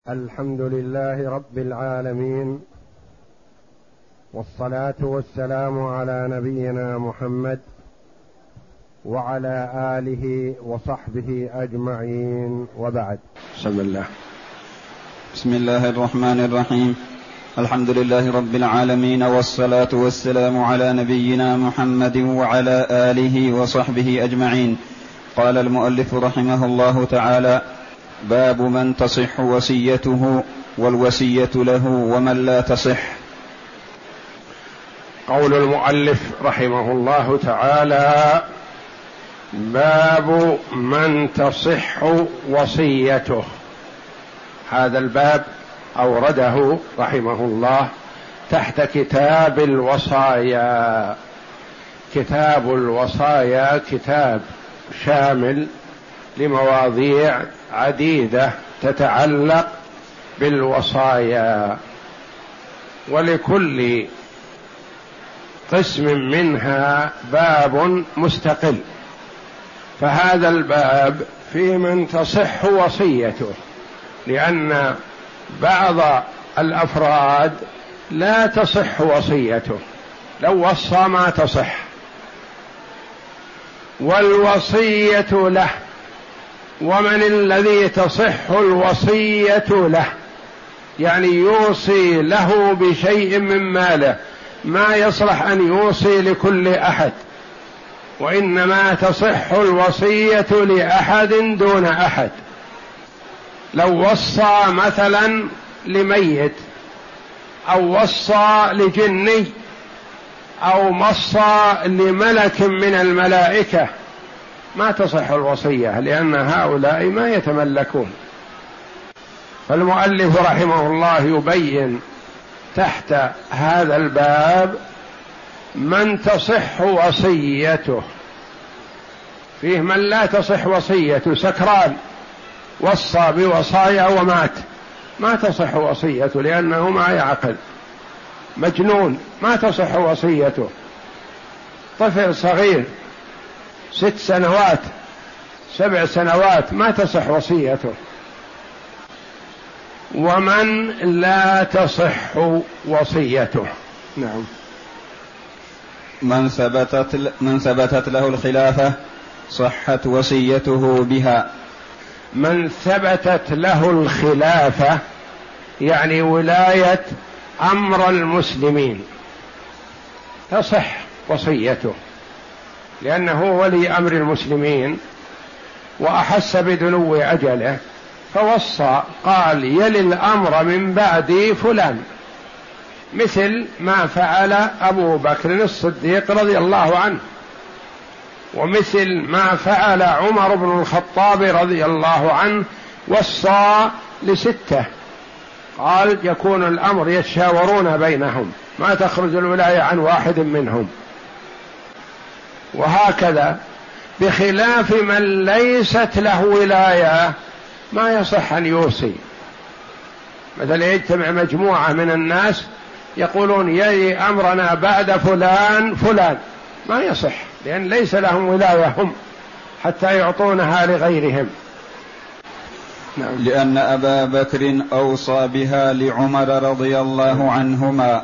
الحمد لله رب العالمين، والصلاة والسلام على نبينا محمد وعلى آله وصحبه أجمعين، وبعد. بسم الله الرحمن الرحيم. الحمد لله رب العالمين، والصلاة والسلام على نبينا محمد وعلى آله وصحبه أجمعين. قال المؤلف رحمه الله تعالى: باب من تصح وصيته والوصية له ومن لا تصح. قول المؤلف رحمه الله تعالى: باب من تصح وصيته. هذا الباب أورده رحمه الله تحت كتاب الوصايا. كتاب الوصايا كتاب شامل لمواضيع عديدة تتعلق بالوصايا، ولكل قسم منها باب مستقل. فهذا الباب في من تصح وصيته، لأن بعض الأفراد لا تصح وصيته، لو وصى ما تصح. والوصية له، ومن الذي تصح الوصية له؟ يعني يوصي له بشيء من ماله، ما يصلح أن يوصي لكل أحد، وإنما تصح الوصية لأحد دون أحد. لو وصى مثلا لميت، أو وصى لجني، أو وصى لملك من الملائكة، ما تصح الوصية، لأن هؤلاء ما يتملكون. فالمؤلف رحمه الله يبين تحت هذا الباب من تصح وصيته. فيه من لا تصح وصيته، سكران وصى بوصايا ومات، ما تصح وصيته لأنه ما يعقل. مجنون ما تصح وصيته. طفل صغير 6 سنوات 7 سنوات ما تصح وصيته. ومن لا تصح وصيته. نعم. من ثبتت له الخلافة صحت وصيته بها. من ثبتت له الخلافة يعني ولاية أمر المسلمين، تصح وصيته، لأنه ولي أمر المسلمين وأحس بدنو أجله، فوصى قال: يلي الأمر من بعدي فلان، مثل ما فعل أبو بكر الصديق رضي الله عنه، ومثل ما فعل عمر بن الخطاب رضي الله عنه، وصى ل6 قال: يكون الأمر يتشاورون بينهم، ما تخرج الولاية عن واحد منهم. وهكذا بخلاف من ليست له ولاية ما يصح أن يوصي. مثلا يجتمع مجموعة من الناس يقولون: يلي أمرنا بعد فلان فلان، ما يصح، لأن ليس لهم ولاية هم حتى يعطونها لغيرهم. نعم. لأن أبا بكر أوصى بها لعمر رضي الله عنهما،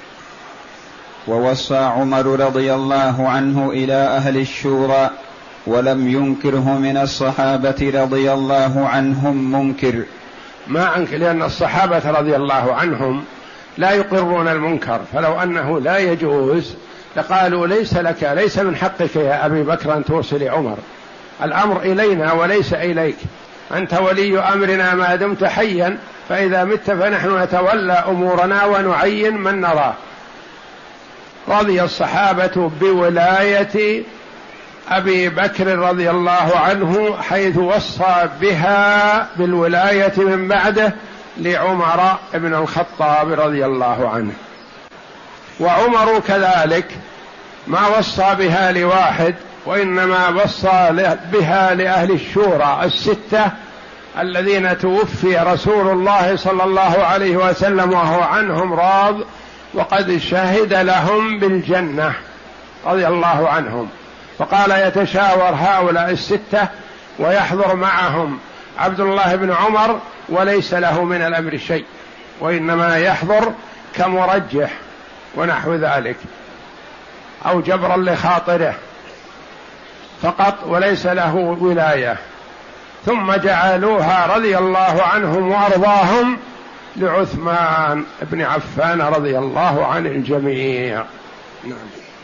ووصى عمر رضي الله عنه إلى أهل الشورى، ولم ينكره من الصحابة رضي الله عنهم منكر. ما أنكر، لأن الصحابة رضي الله عنهم لا يقرون المنكر، فلو أنه لا يجوز لقالوا: ليس لك، ليس من حقك يا أبي بكر أن توصي لعمر، الأمر إلينا وليس إليك، أنت ولي أمرنا ما دمت حيا، فإذا مت فنحن نتولى أمورنا ونعين من نراه. رضي الصحابة بولاية أبي بكر رضي الله عنه، حيث وصى بها بالولاية من بعده لعمر بن الخطاب رضي الله عنه. وعمر كذلك ما وصى بها لواحد، وإنما وصى بها لأهل الشورى 6 الذين توفي رسول الله صلى الله عليه وسلم وهو عنهم راض، وقد شهد لهم بالجنة رضي الله عنهم. فقال: يتشاور هؤلاء 6 ويحضر معهم عبد الله بن عمر وليس له من الأمر شيء، وإنما يحضر كمرجح ونحو ذلك، أو جبرا لخاطره فقط وليس له ولاية. ثم جعلوها رضي الله عنهم وأرضاهم لعثمان بن عفان رضي الله عن الجميع. نعم.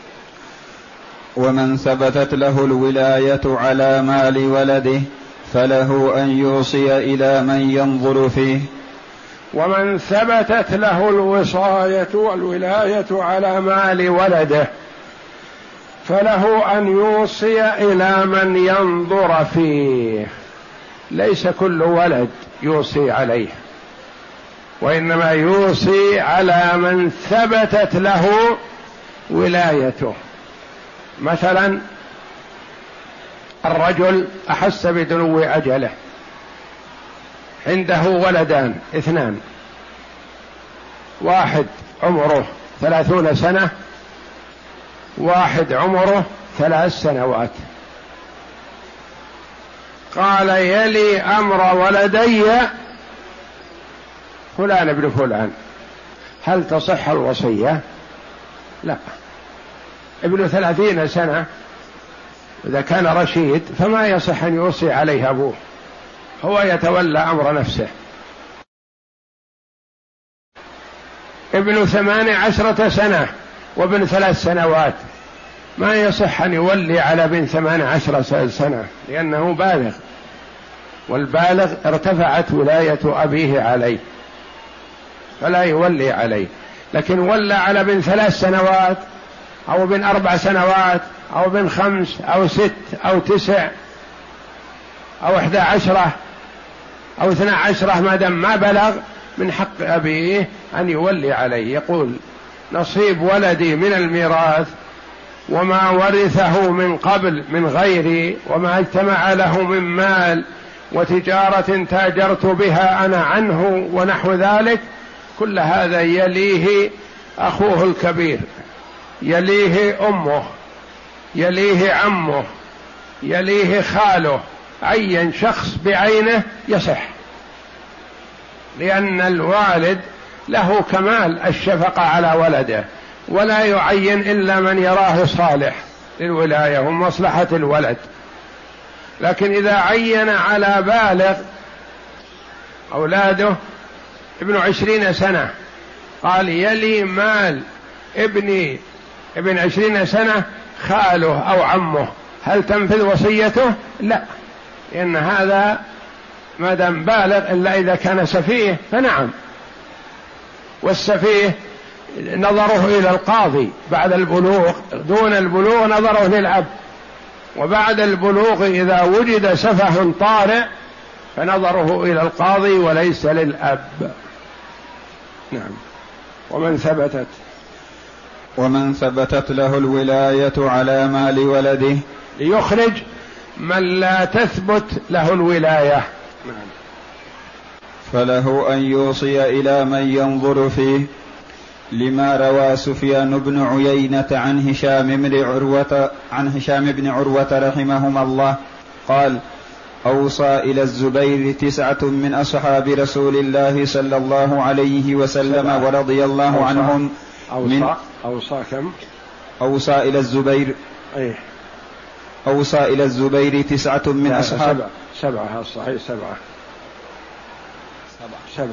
ومن ثبتت له الولاية على مال ولده فله أن يوصي إلى من ينظر فيه. ومن ثبتت له الولاية على مال ولده فله أن يوصي إلى من ينظر فيه. ليس كل ولد يوصي عليه، وإنما يوصي على من ثبتت له ولايته. مثلا الرجل أحس بدنو أجله، عنده ولدان اثنان، واحد عمره 30 سنة، واحد عمره 3 سنوات. قال يلي أمر ولدي فلان ابن فلان، هل تصح الوصية؟ لا. ابن 30 سنة إذا كان رشيد فما يصح أن يوصي عليه أبوه، هو يتولى أمر نفسه. ابن 18 سنة وابن 3 سنوات ما يصح أن يولي على ابن 18 سنة لأنه بالغ، والبالغ ارتفعت ولاية أبيه عليه فلا يولي عليه. لكن ولى على ابن 3 سنوات أو ابن 4 سنوات أو ابن 5 أو 6 أو 9 أو 11 أو 12 ما دام ما بلغ، من حق أبيه أن يولي عليه. يقول نصيب ولدي من الميراث وما ورثه من قبل من غيري وما اجتمع له من مال وتجارة تاجرت بها أنا عنه ونحو ذلك، كل هذا يليه أخوه الكبير، يليه أمه، يليه عمه، يليه خاله، عين شخص بعينه يصح، لأن الوالد له كمال الشفقة على ولده، ولا يعين إلا من يراه صالح للولاية ومصلحة الولد. لكن إذا عين على بالغ أولاده ابن 20 سنة قال يلي مال ابن 20 سنة خاله أو عمه، هل تنفذ وصيته؟ لا، لأن هذا ما دام بالغ، إلا إذا كان سفيه فنعم. والسفيه نظره إلى القاضي بعد البلوغ، دون البلوغ نظره للأب، وبعد البلوغ إذا وجد سفه طارئ فنظره إلى القاضي وليس للأب. نعم. ومن ثبتت له الولاية على مال ولده ليخرج من لا تثبت له الولاية. نعم. فله أن يوصي إلى من ينظر فيه، لما روى سفيان بن عيينة عن هشام بن عروة رحمهما الله قال: أوصى إلى الزبير 9 من أصحاب رسول الله صلى الله عليه وسلم ورضي الله عنهم. أوصى كم؟ أوصى إلى الزبير أوصى إلى الزبير 9 من أصحاب 7 الصحيح 7.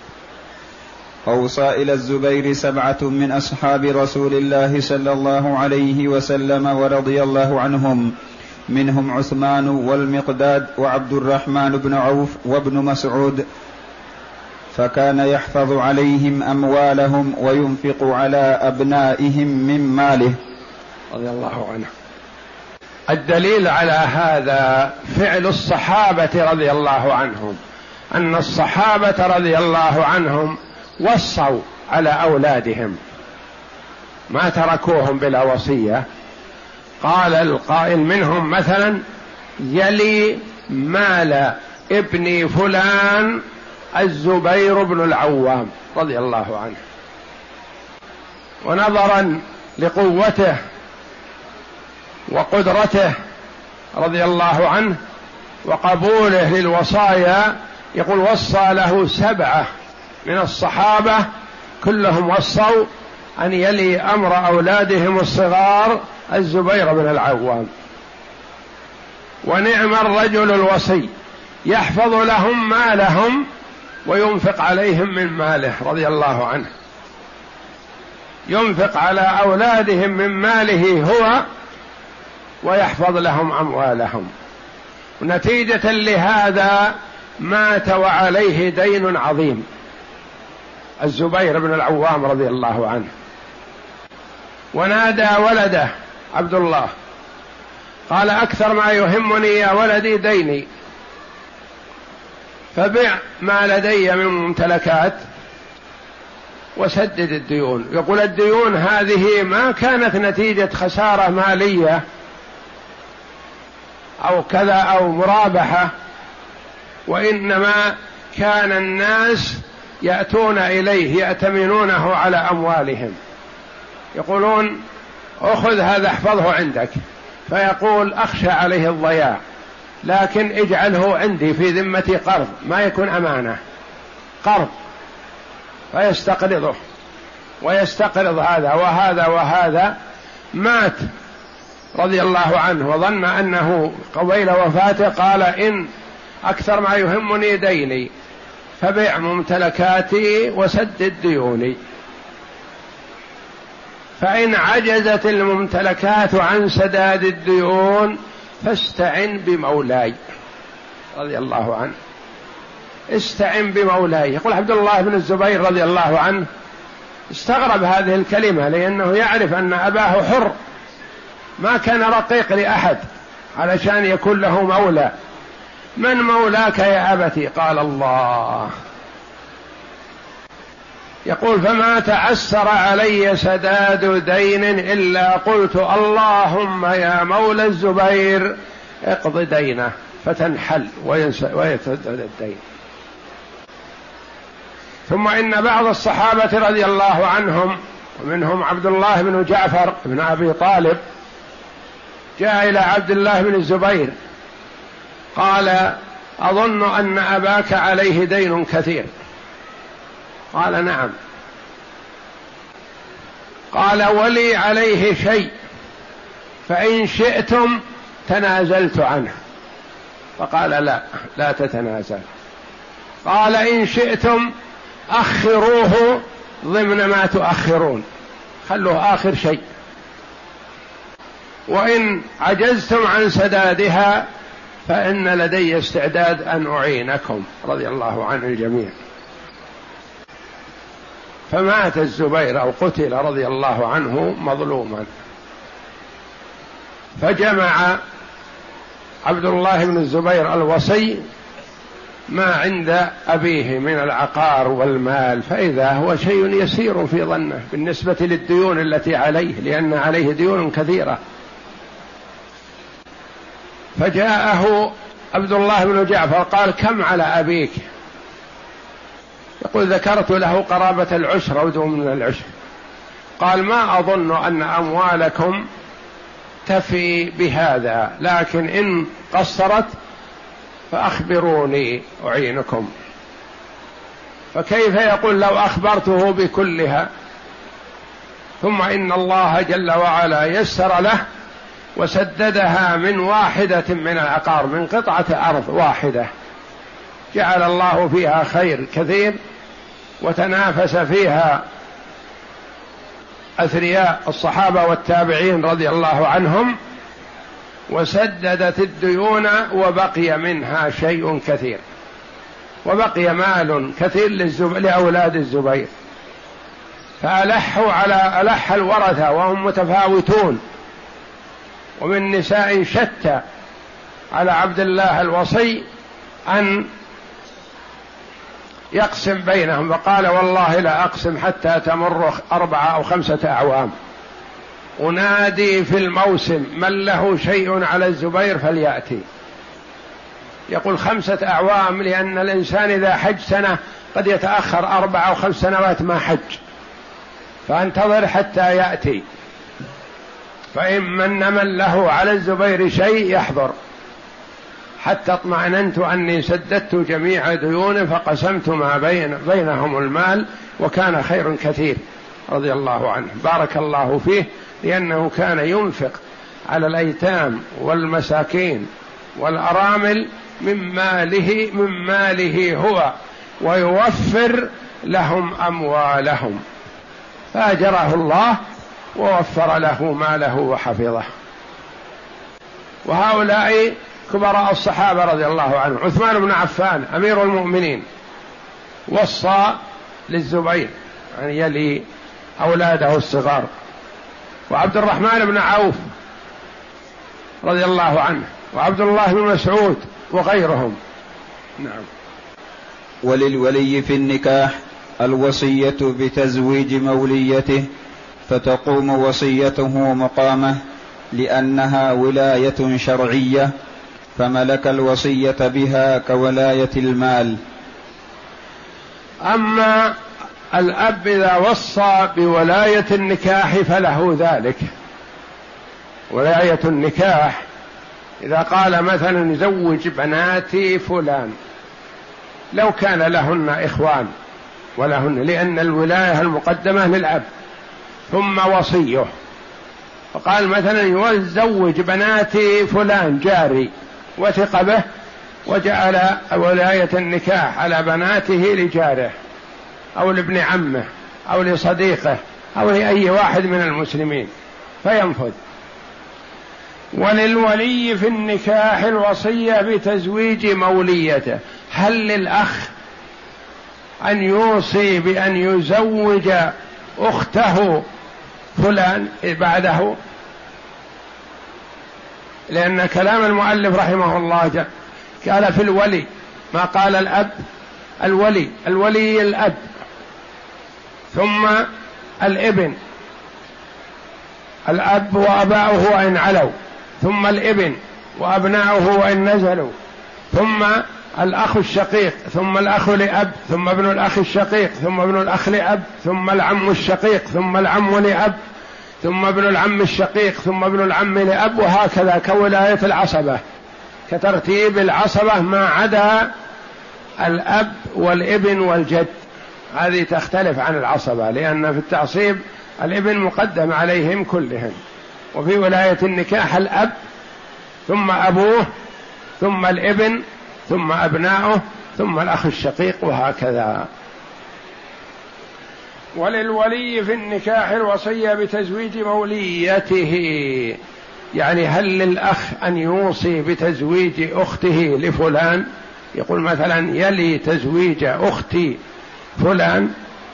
أوصى إلى الزبير 7 من أصحاب رسول الله صلى الله عليه وسلم ورضي الله عنهم، منهم عثمان والمقداد وعبد الرحمن بن عوف وابن مسعود، فكان يحفظ عليهم أموالهم وينفق على أبنائهم من ماله رضي الله عنه. الدليل على هذا فعل الصحابة رضي الله عنهم، أن الصحابة رضي الله عنهم وصوا على أولادهم، ما تركوهم بلا وصية. قال القائل منهم مثلا: يلي مال ابن فلان الزبير بن العوام رضي الله عنه، ونظرا لقوته وقدرته رضي الله عنه وقبوله للوصايا، يقول وصى له 7 من الصحابة كلهم وصوا أن يلي أمر أولادهم الصغار الزبير بن العوام. ونعم الرجل الوصي يحفظ لهم مالهم وينفق عليهم من ماله رضي الله عنه، ينفق على أولادهم من ماله هو ويحفظ لهم أموالهم. ونتيجة لهذا مات وعليه دين عظيم الزبير بن العوام رضي الله عنه. ونادى ولده عبد الله قال أكثر ما يهمني يا ولدي ديني، فبع ما لدي من ممتلكات وسدد الديون. يقول الديون هذه ما كانت نتيجة خسارة مالية أو كذا أو مرابحة، وإنما كان الناس يأتون إليه يأتمنونه على أموالهم، يقولون أخذ هذا احفظه عندك، فيقول أخشى عليه الضياع، لكن اجعله عندي في ذمتي قرض، ما يكون أمانة، قرض، فيستقرضه ويستقرض هذا وهذا وهذا. مات رضي الله عنه وظن أنه قبيل وفاته قال إن أكثر ما يهمني ديني فبيع ممتلكاتي وسدد ديوني، فإن عجزت الممتلكات عن سداد الديون فاستعن بمولاي رضي الله عنه، استعن بمولاي. يقول عبد الله بن الزبير رضي الله عنه استغرب هذه الكلمة، لأنه يعرف أن أباه حر، ما كان رقيق لأحد علشان يكون له مولى. من مولاك يا أبتي؟ قال الله. يقول فما تعسر علي سداد دين إلا قلت اللهم يا مولى الزبير اقض دينه، فتنحل ويسدد الدين. ثم إن بعض الصحابة رضي الله عنهم ومنهم عبد الله بن جعفر بن أبي طالب جاء إلى عبد الله بن الزبير قال أظن أن أباك عليه دين كثير. قال نعم. قال ولي عليه شيء فإن شئتم تنازلت عنه. فقال لا تتنازل. قال إن شئتم أخروه ضمن ما تؤخرون، خلوه آخر شيء، وإن عجزتم عن سدادها فإن لدي استعداد أن أعينكم. رضي الله عن الجميع. فمات الزبير أو قتل رضي الله عنه مظلوما. فجمع عبد الله بن الزبير الوصي ما عند أبيه من العقار والمال، فإذا هو شيء يسير في ظنه بالنسبة للديون التي عليه، لأن عليه ديون كثيرة. فجاءه عبد الله بن جعفر قال كم على أبيك؟ يقول ذكرت له قرابة العشر أو دون من العشر. قال ما أظن أن أموالكم تفي بهذا، لكن إن قصرت فأخبروني أعينكم. فكيف يقول لو أخبرته بكلها؟ ثم إن الله جل وعلا يسر له وسددها من واحدة من العقار، من قطعة أرض واحدة جعل الله فيها خير كثير، وتنافس فيها أثرياء الصحابة والتابعين رضي الله عنهم، وسددت الديون وبقي منها شيء كثير، وبقي مال كثير لأولاد الزبير. فألحوا على ألح الورثة وهم متفاوتون ومن نساء شتى على عبد الله الوصي أن يقسم بينهم، وقال والله لا أقسم حتى تمر 4 أو 5 أعوام، أنادي في الموسم من له شيء على الزبير فليأتي. يقول 5 أعوام، لأن الإنسان إذا حج سنة قد يتأخر 4 أو 5 سنوات ما حج، فانتظر حتى يأتي، فإن من له على الزبير شيء يحضر. حتى اطمأننت أني سددت جميع ديونه فقسمت ما بينهم المال وكان خير كثير، رضي الله عنه بارك الله فيه، لأنه كان ينفق على الأيتام والمساكين والأرامل من ماله هو، ويوفر لهم أموالهم، فأجره الله ووفر له ماله وحفظه. وهؤلاء كبراء الصحابة رضي الله عنهم. عثمان بن عفان أمير المؤمنين وصى للزبير أن يلي أولاده الصغار، وعبد الرحمن بن عوف رضي الله عنه، وعبد الله بن مسعود وغيرهم. نعم. وللولي في النكاح الوصية بتزويج موليته، فتقوم وصيته مقامه لأنها ولاية شرعية، فملك الوصية بها كولاية المال. أما الأب إذا وصى بولاية النكاح فله ذلك. ولاية النكاح إذا قال مثلا زوج بناتي فلان، لو كان لهن إخوان ولهن، لأن الولاية المقدمة للأب، ثم وصيه فقال مثلا يزوج بناتي فلان جاري وثق به، وجعل ولاية النكاح على بناته لجاره أو لابن عمه أو لصديقه أو لأي واحد من المسلمين فينفذ. وللولي في النكاح الوصية بتزويج موليته. هل للأخ أن يوصي بأن يزوج أخته فلان بعده؟ لأن كلام المؤلف رحمه الله قال في الولي ما قال الأب. الولي الأب، ثم الابن، الأب وأباؤه وإن علوا، ثم الابن وأبناؤه وإن نزلوا، ثم الأخ الشقيق، ثم الأخ لأب، ثم ابن الأخ الشقيق، ثم ابن الأخ لأب، ثم العم الشقيق، ثم العم لأب، ثم ابن العم الشقيق، ثم ابن العم لأب، وهكذا كولاية العصبة، كترتيب العصبة ما عدا الأب والابن والجد. هذه تختلف عن العصبة، لأن في التعصيب الابن مقدم عليهم كلهم. وفي ولاية النكاح الأب ثم أبوه ثم الابن ثم أبناؤه ثم الأخ الشقيق، وهكذا. وللولي في النكاح الوصية بتزويج موليته، يعني هل للأخ أن يوصي بتزويج أخته لفلان؟ يقول مثلا يلي تزويج أختي فلان،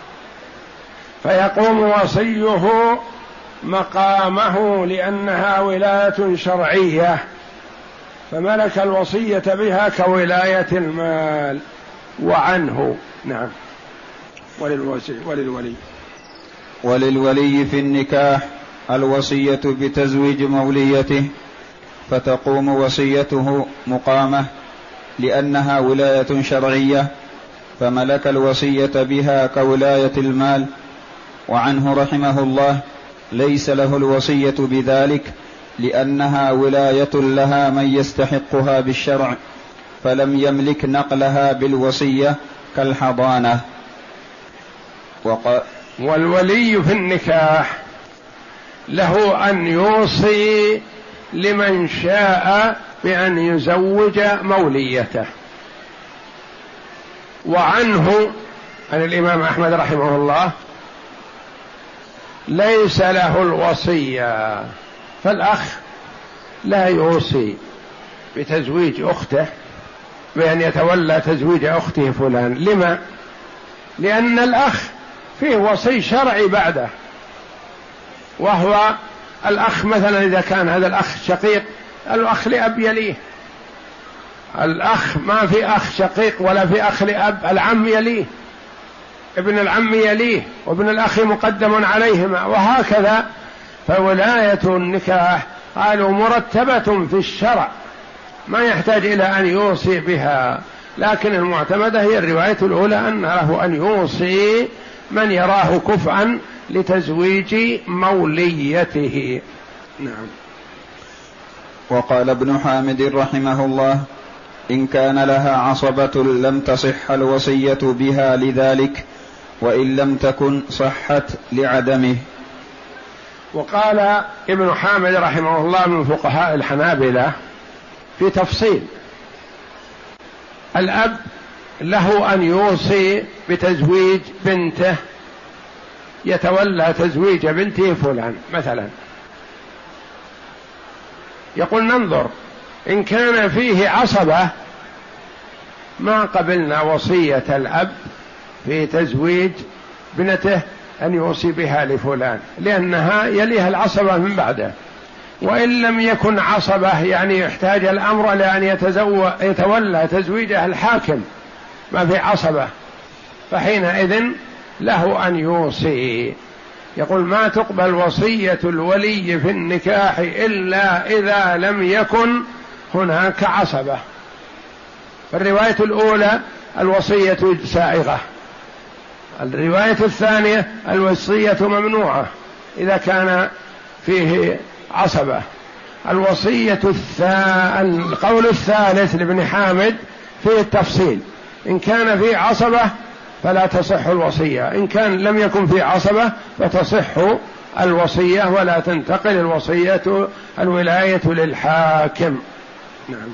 فيقوم وصيه مقامه لأنها ولاية شرعية، فملك الوصية بها كولاية المال وعنه. نعم. وللولي في النكاح الوصية بتزويج موليته، فتقوم وصيته مقامه لأنها ولاية شرعية، فملك الوصية بها كولاية المال. وعنه رحمه الله ليس له الوصية بذلك، لأنها ولاية لها من يستحقها بالشرع، فلم يملك نقلها بالوصية كالحضانة. والولي في النكاح له أن يوصي لمن شاء بأن يزوج موليته. وعنه عن الإمام أحمد رحمه الله ليس له الوصية، فالأخ لا يوصي بتزويج أخته بأن يتولى تزويج أخته فلان. لما؟ لأن الأخ فيه وصي شرعي بعده، وهو الأخ مثلا إذا كان هذا الأخ شقيق، الأخ لأب يليه، الأخ ما في أخ شقيق ولا في أخ لأب، العم يليه، ابن العم يليه، وابن الأخ مقدم عليهما، وهكذا. فولاية النكاح قالوا مرتبة في الشرع، ما يحتاج إلى أن يوصي بها، لكن المعتمدة هي الرواية الأولى أن له أن يوصي من يراه كفءا لتزويج موليته. نعم. وقال ابن حامد رحمه الله إن كان لها عصبة لم تصح الوصية بها لذلك، وإن لم تكن صحت لعدمه. وقال ابن حامد رحمه الله من فقهاء الحنابلة في تفصيل: الأب له أن يوصي بتزويج بنته، يتولى تزويج بنته فلان مثلا، يقول ننظر إن كان فيه عصبة ما قبلنا وصية الأب في تزويج بنته أن يوصي بها لفلان، لأنها يليها العصبة من بعده. وإن لم يكن عصبة يعني يحتاج الأمر لأن يتولى تزويجها الحاكم، ما في عصبة، فحينئذ له أن يوصي. يقول ما تقبل وصية الولي في النكاح إلا إذا لم يكن هناك عصبة. الرواية الأولى الوصية سائغة، الرواية الثانية الوصية ممنوعة إذا كان فيه عصبة. القول الثالث لابن حامد فيه التفصيل: إن كان فيه عصبة فلا تصح الوصية، إن كان لم يكن فيه عصبة فتصح الوصية ولا تنتقل الولاية للحاكم. نعم.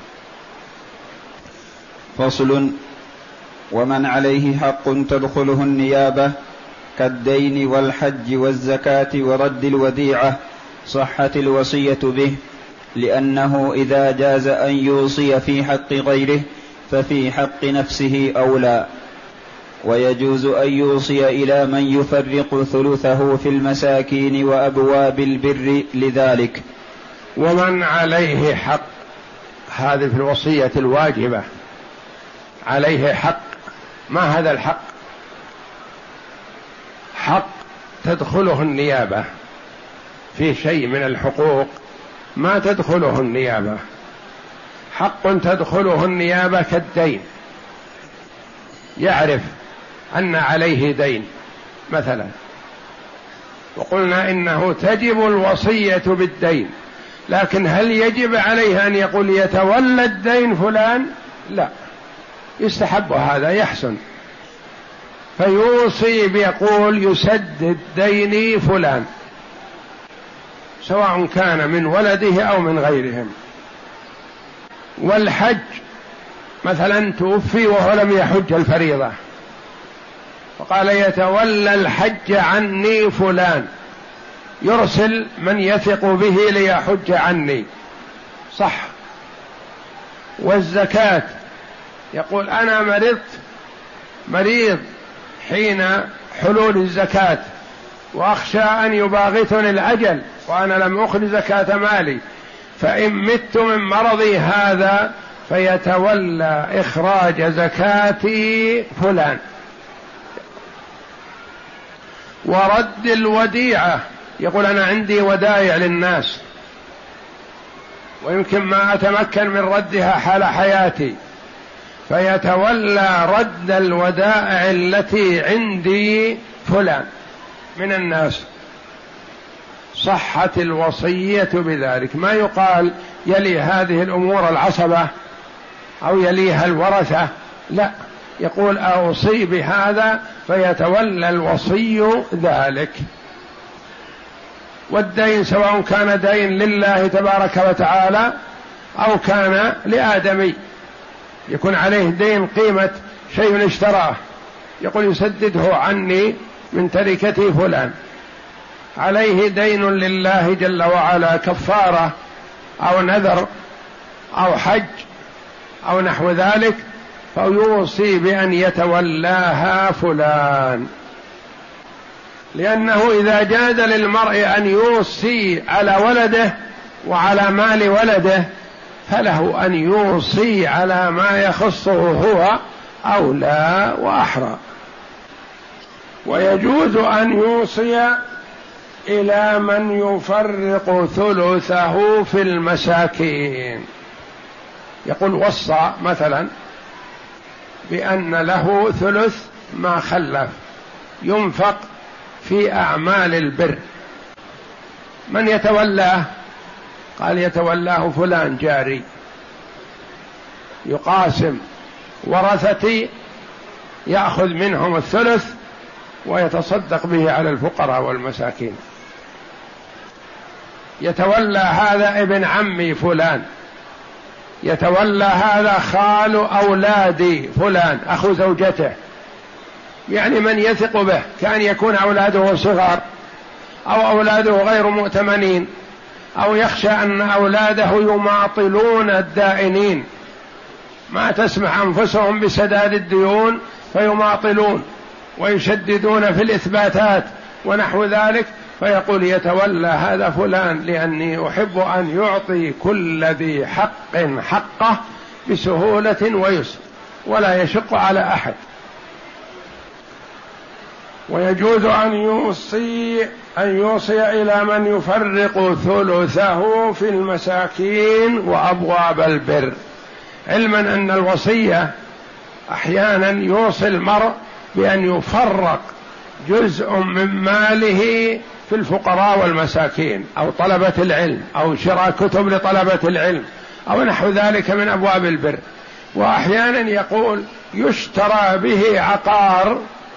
فصل: ومن عليه حق تدخله النيابة كالدين والحج والزكاة ورد الوديعة صحت الوصية به، لأنه إذا جاز أن يوصي في حق غيره ففي حق نفسه أولى، ويجوز أن يوصي إلى من يفرق ثلثه في المساكين وأبواب البر لذلك. ومن عليه حق، هذه في الوصية الواجبة، عليه حق. ما هذا الحق؟ حق تدخله النيابة في شيء من الحقوق ما تدخله النيابة. حق تدخله النيابة كالدين، يعرف أن عليه دين مثلا، وقلنا إنه تجب الوصية بالدين، لكن هل يجب عليه أن يقول يتولى الدين فلان؟ لا، يستحب هذا، يحسن، فيوصي بيقول يسدد ديني فلان، سواء كان من ولده أو من غيرهم. والحج مثلا توفي وهو لم يحج الفريضة، وقال يتولى الحج عني فلان، يرسل من يثق به ليحج عني، صح. والزكاة يقول أنا مريض حين حلول الزكاة وأخشى أن يباغتني الأجل وأنا لم أخرج زكاة مالي، فإن مت من مرضي هذا فيتولى إخراج زكاتي فلان. ورد الوديعة يقول أنا عندي ودائع للناس ويمكن ما أتمكن من ردها حال حياتي، فيتولى رد الودائع التي عندي فلان من الناس، صحت الوصية بذلك. ما يقال يلي هذه الأمور العصبة أو يليها الورثة، لا، يقول أوصي بهذا فيتولى الوصي ذلك. والدين سواء كان دين لله تبارك وتعالى أو كان لآدمي، يكون عليه دين قيمة شيء اشتراه، يقول يسدده عني من تركتي فلان. عليه دين لله جل وعلا كفارة أو نذر أو حج أو نحو ذلك، فيوصي بأن يتولاها فلان، لأنه إذا جاز للمرء أن يوصي على ولده وعلى مال ولده فله أن يوصي على ما يخصه هو أولى وأحرى. ويجوز أن يوصي إلى من يفرق ثلثه في المساكين، يقول وصى مثلا بأن له ثلث ما خلف ينفق في أعمال البر، من يتولاه؟ قال يتولاه فلان جاري، يقاسم ورثتي يأخذ منهم الثلث ويتصدق به على الفقراء والمساكين. يتولى هذا ابن عمي فلان، يتولى هذا خال أولادي فلان أخو زوجته، يعني من يثق به، كان يكون أولاده صغار أو أولاده غير مؤتمنين، أو يخشى أن أولاده يماطلون الدائنين، ما تسمح أنفسهم بسداد الديون فيماطلون ويشددون في الإثباتات ونحو ذلك، فيقول يتولى هذا فلان لأني أحب أن يعطي كل ذي حق حقه بسهولة ويسر ولا يشق على أحد. ويجوز أن يوصي إلى من يفرق ثلثه في المساكين وأبواب البر، علما أن الوصية أحيانا يوصي المرء بأن يفرق جزء من ماله في الفقراء والمساكين أو طلبة العلم أو شراء كتب لطلبة العلم أو نحو ذلك من أبواب البر. وأحيانا يقول يشترى به عقار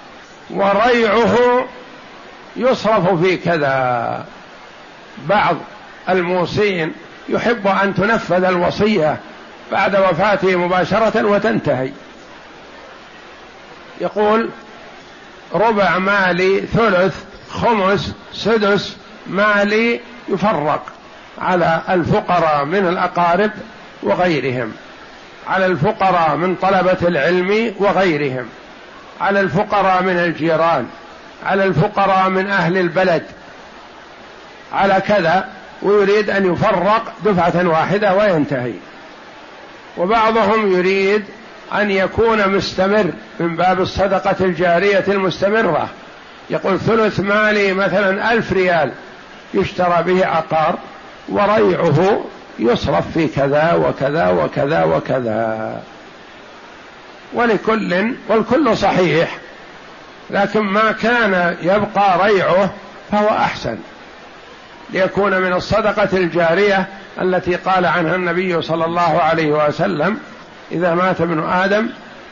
وريعه يصرف في كذا. بعض الموصين يحب أن تنفذ الوصية بعد وفاته مباشرة وتنتهي، يقول ربع مالي، ثلث، خمس، سدس مالي يفرق على الفقراء من الأقارب وغيرهم، على الفقراء من طلبة العلم وغيرهم، على الفقراء من الجيران، على الفقراء من أهل البلد، على كذا، ويريد أن يفرق دفعة واحدة وينتهي. وبعضهم يريد أن يكون مستمر من باب الصدقة الجارية المستمرة، يقول ثلث مالي مثلا 1000 ريال يشترى به عقار وريعه يصرف في كذا وكذا وكذا وكذا، والكل صحيح، لكن ما كان يبقى ريعه فهو أحسن ليكون من الصدقة الجارية التي قال عنها النبي صلى الله عليه وسلم إذا مات ابن آدم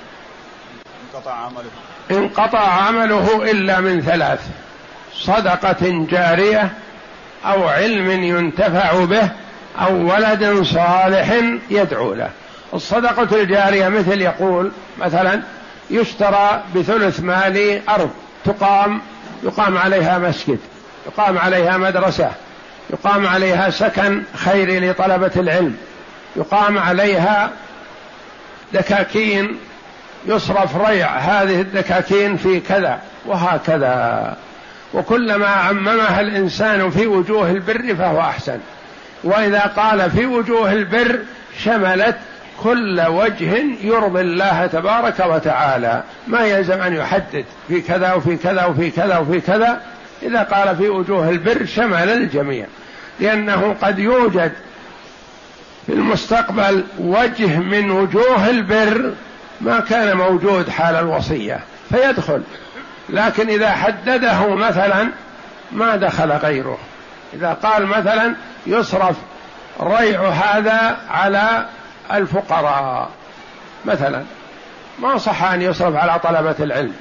انقطع عمله إلا من 3: صدقة جارية أو علم ينتفع به أو ولد صالح يدعو له. الصدقة الجارية مثل يقول مثلا يشترى بثلث مالي أرض يقام عليها مسجد، يقام عليها مدرسة، يقام عليها سكن خيري لطلبة العلم، يقام عليها دكاكين يصرف ريع هذه الدكاكين في كذا وهكذا، وكلما عممها الإنسان في وجوه البر فهو أحسن. وإذا قال في وجوه البر شملت كل وجه يرضي الله تبارك وتعالى، ما يلزم أن يحدد في كذا وفي كذا وفي كذا وفي كذا، إذا قال في وجوه البر شمل الجميع، لأنه قد يوجد في المستقبل وجه من وجوه البر ما كان موجود حال الوصية فيدخل، لكن إذا حدده مثلا ما دخل غيره. إذا قال مثلا يصرف ريع هذا على الفقراء مثلا، ما صح أن يصرف على طلبة العلم.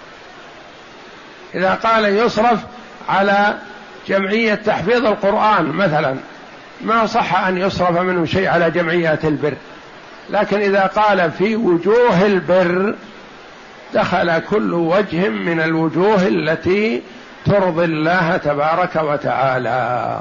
إذا قال يصرف على جمعية تحفيظ القرآن مثلا، ما صح أن يصرف منه شيء على جمعيات البر. لكن إذا قال في وجوه البر دخل كل وجه من الوجوه التي ترضي الله تبارك وتعالى.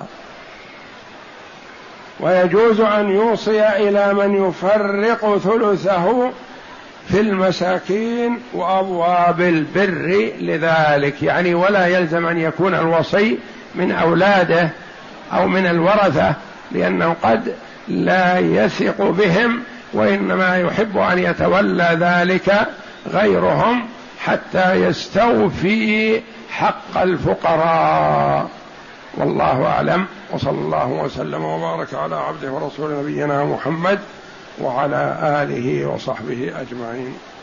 ويجوز أن يوصي إلى من يفرق ثلثه في المساكين وأبواب البر لذلك، يعني ولا يلزم أن يكون الوصي من أولاده أو من الورثة، لأنه قد لا يثق بهم، وإنما يحب أن يتولى ذلك غيرهم حتى يستوفي حق الفقراء. والله أعلم، وصلى الله وسلم وبارك على عبده ورسول نبينا محمد وعلى آله وصحبه أجمعين.